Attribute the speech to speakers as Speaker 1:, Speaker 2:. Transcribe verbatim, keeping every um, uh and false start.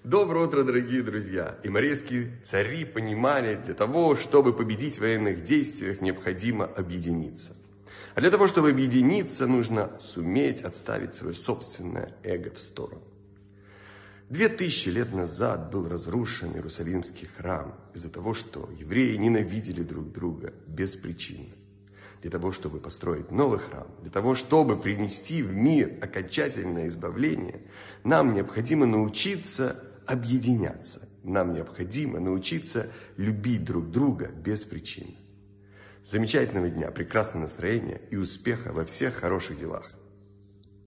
Speaker 1: Доброе утро, дорогие друзья! Имарейские цари понимали, для того, чтобы победить в военных действиях, необходимо объединиться. А для того, чтобы объединиться, нужно суметь отставить свое собственное эго в сторону. Две тысячи лет назад был разрушен Иерусалимский храм из-за того, что евреи ненавидели друг друга без причины. Для того, чтобы построить новый храм, для того, чтобы принести в мир окончательное избавление, нам необходимо научиться объединяться. Нам необходимо научиться любить друг друга без причины. Замечательного дня, прекрасного настроения и успеха во всех хороших делах.